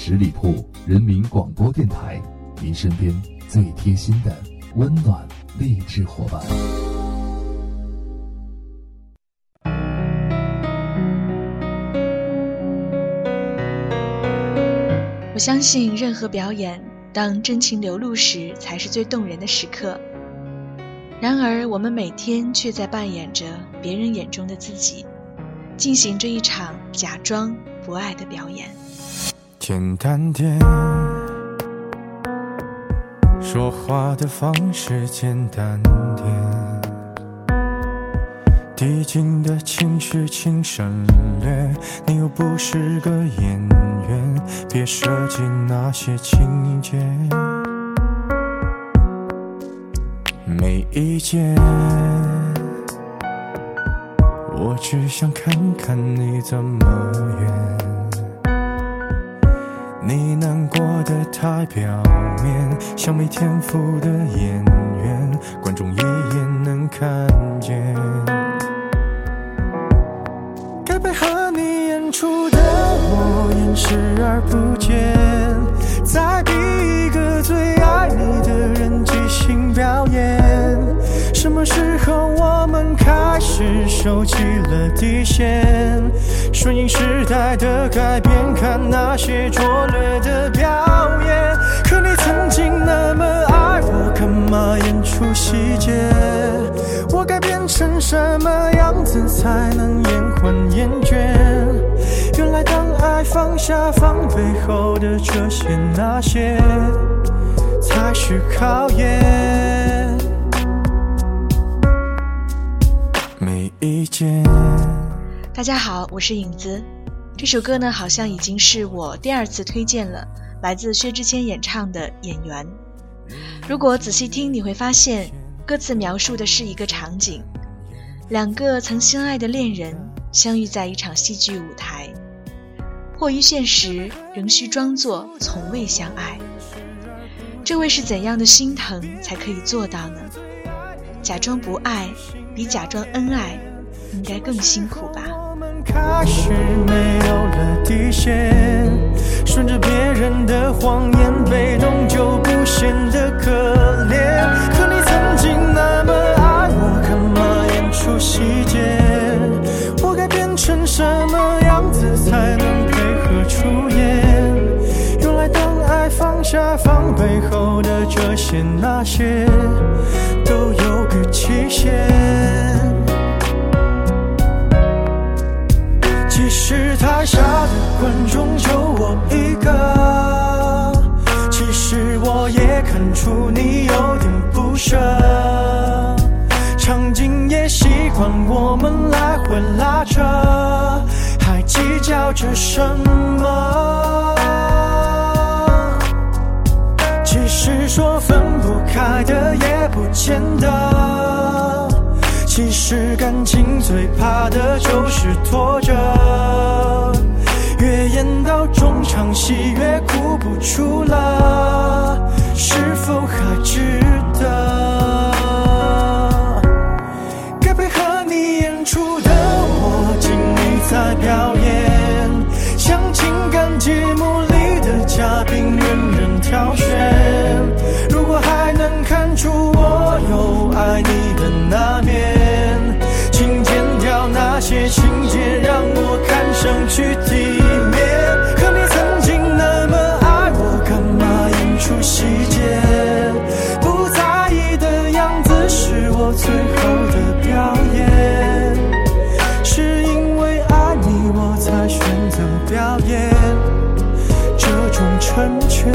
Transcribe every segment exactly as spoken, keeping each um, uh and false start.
十里铺人民广播电台，您身边最贴心的温暖励志伙伴。 我相信任何表演，当真情流露时才是最动人的时刻。然而我们每天却在扮演着别人眼中的自己，进行着一场假装不爱的表演。 简单点，说话的方式简单点，递进的情绪请省略，你又不是个演员，别设计那些情节。没意见，我只想看看你怎么圆，你难过的太表面，像没天赋的演员，观众一眼能看见。该配合你演出的我演视而不见，再逼一个最爱你的人即兴表演。什么时候我们开始收起了底线，顺应时代的改变，看那些拙劣的表演。可你曾经那么爱我，干嘛演出细节？我该变成什么样子才能延缓厌倦？原来当爱放下放背后的这些那些才是考验。没意见。 大家好，我是影子。这首歌呢，好像已经是我第二次推荐了，来自薛之谦演唱的《演员》。如果仔细听，你会发现歌词描述的是一个场景，两个曾相爱的恋人相遇在一场戏剧舞台，迫于现实，仍需装作从未相爱。这位是怎样的心疼才可以做到呢？假装不爱比假装恩爱应该更辛苦吧。 我们开始没有了底线，顺着别人的谎言，被动就不显得可怜。可你曾经那么爱我，干嘛演出细节？我该变成什么样子才能配合出演？原来当爱放下放背后的这些那些都有个期限。其实台下的观众就我一个，其实我也看出你有点不舍，场景也习惯我们来回拉扯，还计较着什么？其实说分不开的也不见得，其实感情最怕的就是拖着，越演到中场戏越哭不出了，是否还值得？该配合你演出的我尽力在表演，像情感节目里的嘉宾任人挑选。如果还能看出我有爱你的那面，请剪掉那些情节，让我看上去体面。可你曾经那么爱我，干嘛演出细节？不在意的样子是我最后的表演，是因为爱你我才选择表演这种成全。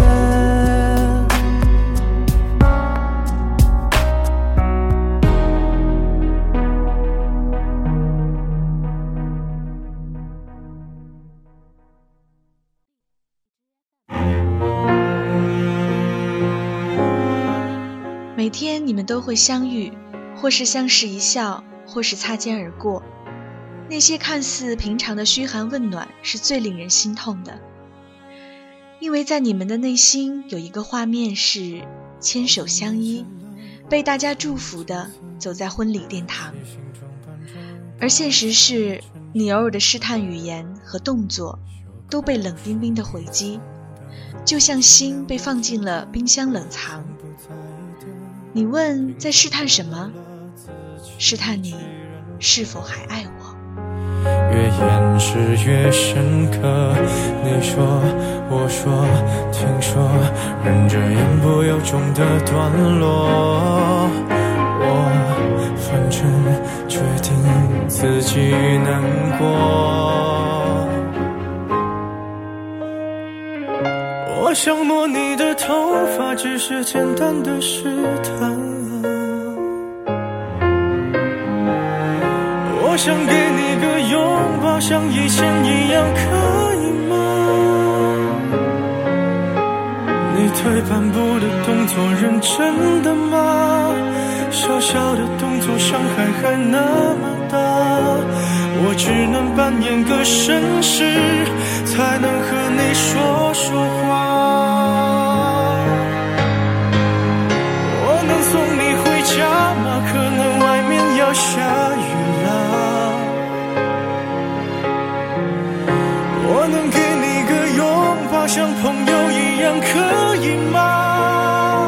每天你们都会相遇，或是相视一笑，或是擦肩而过。那些看似平常的嘘寒问暖是最令人心痛的，因为在你们的内心有一个画面是牵手相依，被大家祝福的走在婚礼殿堂。而现实是，你偶尔的试探语言和动作都被冷冰冰的回击， 就像心被放进了冰箱冷藏。你问在试探什么？试探你是否还爱我。 越掩饰越深刻，你说我说听说，忍着言不由衷的段落，我反正决定自己难过。我想摸你的头发，只是简单的试探，我想给你个拥抱，像以前一样，可以吗？你退半步的动作认真的吗？小小的动作伤害还那么大，我只能扮演个绅士，才能和你说说话。我能送你回家吗？可能外面要下雨了。我能给你个拥抱，像朋友一样，可以吗？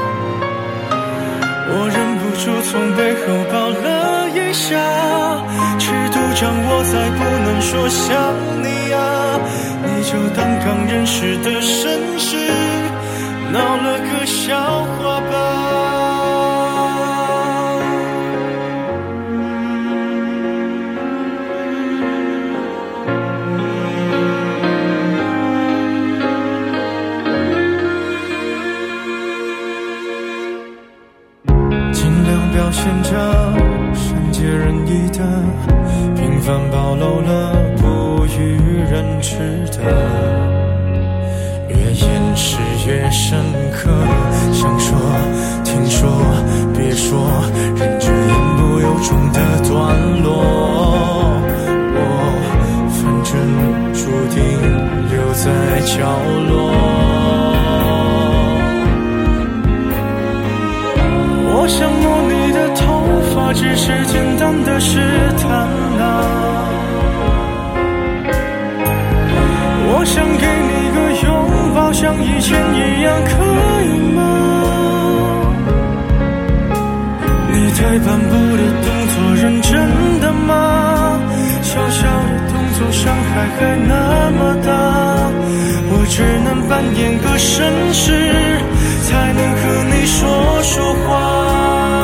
我忍不住从背后抱了一下，尺度掌握在不能说想你啊，你就当刚认识的绅士，闹了个笑话吧。表现着善解人意的，平凡暴露了不与人知的，越掩饰越深刻，想说听说别说，忍着言不由衷的段落，我反正注定留在角落。我想摸你的头发，只是简单的试探啊，我想给你个拥抱，像以前一样，可以吗？你退半步的动作认真的吗？小小的动作伤害还那么大，我只能扮演个绅士，才能和你说说话。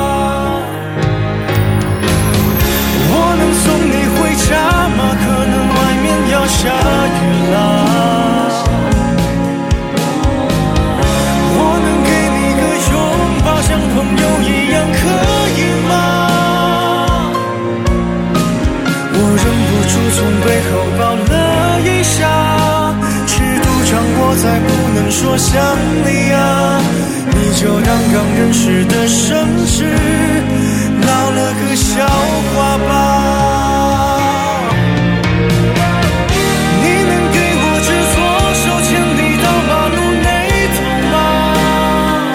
我能送你回家吗？可能外面要下雨了。我能给你个拥抱，像朋友一样，可以吗？我忍不住从背后抱了一下，尺度掌握在不能说想你啊，你就当刚认识的绅士，闹了个笑话吧。你能给我只左手牵你到马路那头吗？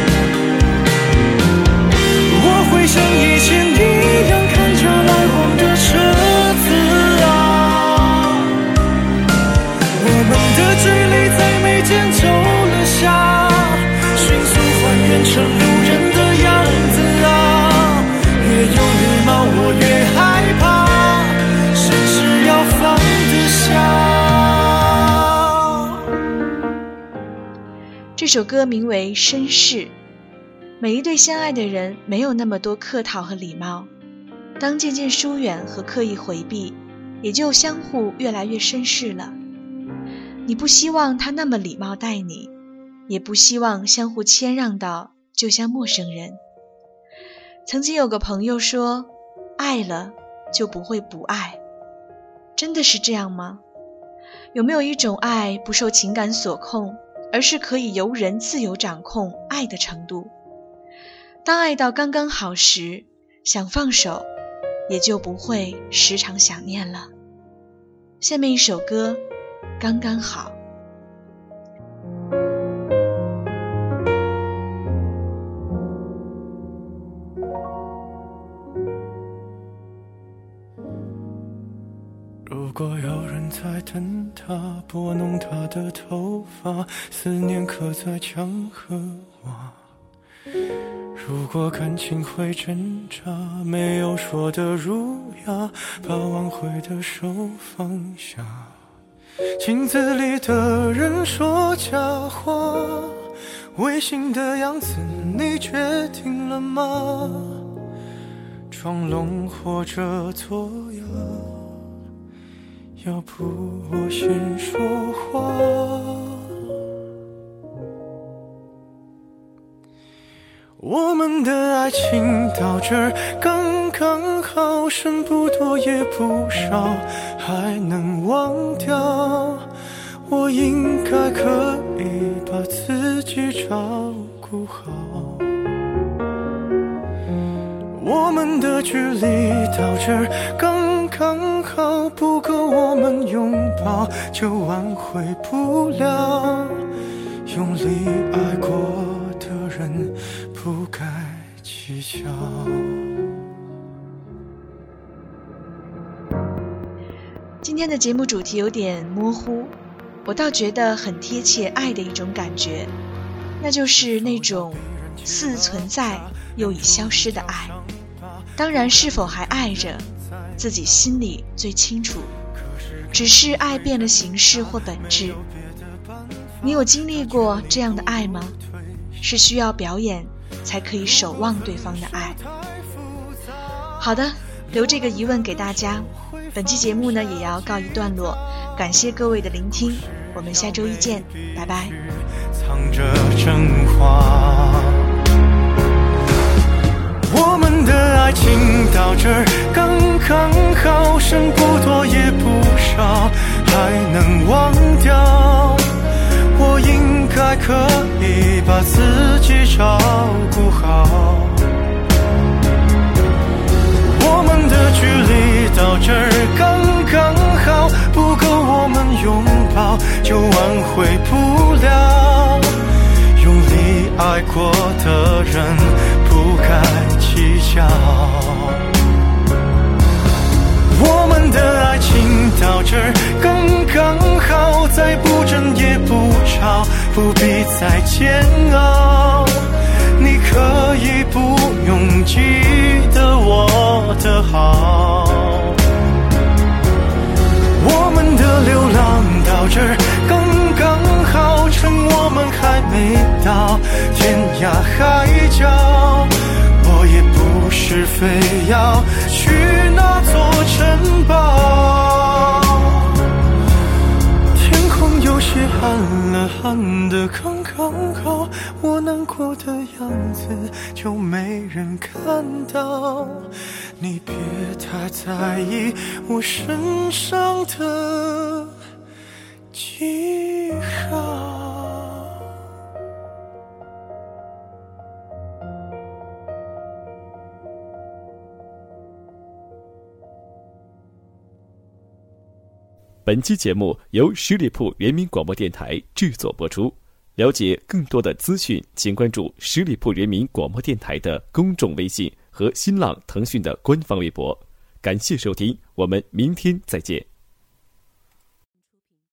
我会像以前一样看着来往的车子啊，我们的距离在眉间走了下，迅速还原成路人的样子啊，越有礼貌我越害怕，绅士要放得下。 这首歌名为《绅士》，每一对相爱的人没有那么多客套和礼貌，当渐渐疏远和刻意回避，也就相互越来越绅士了。你不希望他那么礼貌待你，也不希望相互谦让到就像陌生人。曾经有个朋友说，爱了就不会不爱。真的是这样吗？有没有一种爱不受情感所控，而是可以由人自由掌控爱的程度？当爱到刚刚好时，想放手，也就不会时常想念了。下面一首歌，刚刚好。 如果有人在等他， 拨弄她的头发，思念刻在墙和瓦。如果感情会挣扎，没有说的儒雅，把挽回的手放下。镜子里的人说假话，违心的样子你决定了吗？装聋或者作哑，要不我先说话。我们的爱情到这儿刚刚好，剩不多也不少，还能忘掉。我应该可以把自己照顾好。我们的距离到这儿刚刚好，不够我们拥抱，就挽回不了。用力爱过的人不该计较。 今天的节目主题有点模糊，我倒觉得很贴切爱的一种感觉，那就是那种似存在又已消失的爱。当然是否还爱着，自己心里最清楚，只是爱变了形式或本质。你有经历过这样的爱吗？是需要表演才可以守望对方的爱。好的，留这个疑问给大家。本期节目呢也要告一段落，感谢各位的聆听，我们下周一见，拜拜。 藏着真话，我们的爱情到这儿刚刚好，剩不多也不少，还能忘掉。我应该可以把自己照顾好。我们的距离到这儿刚刚好，不够我们拥抱，就挽回不了。用力爱过的人不该计较。我们的爱情到这儿刚刚好，再不争也不吵，不必再煎熬。你可以不用记得我的好。我们的流浪到这儿刚刚好，趁我们还没到天涯海角。我也不是非要去那座城堡。天空有些暗了，暗得刚刚好，我难过的样子就没人看到。你别太在意我身上的记号。 本期节目由十里铺人民广播电台制作播出。了解更多的资讯，请关注十里铺人民广播电台的公众微信和新浪、腾讯的官方微博。感谢收听，我们明天再见。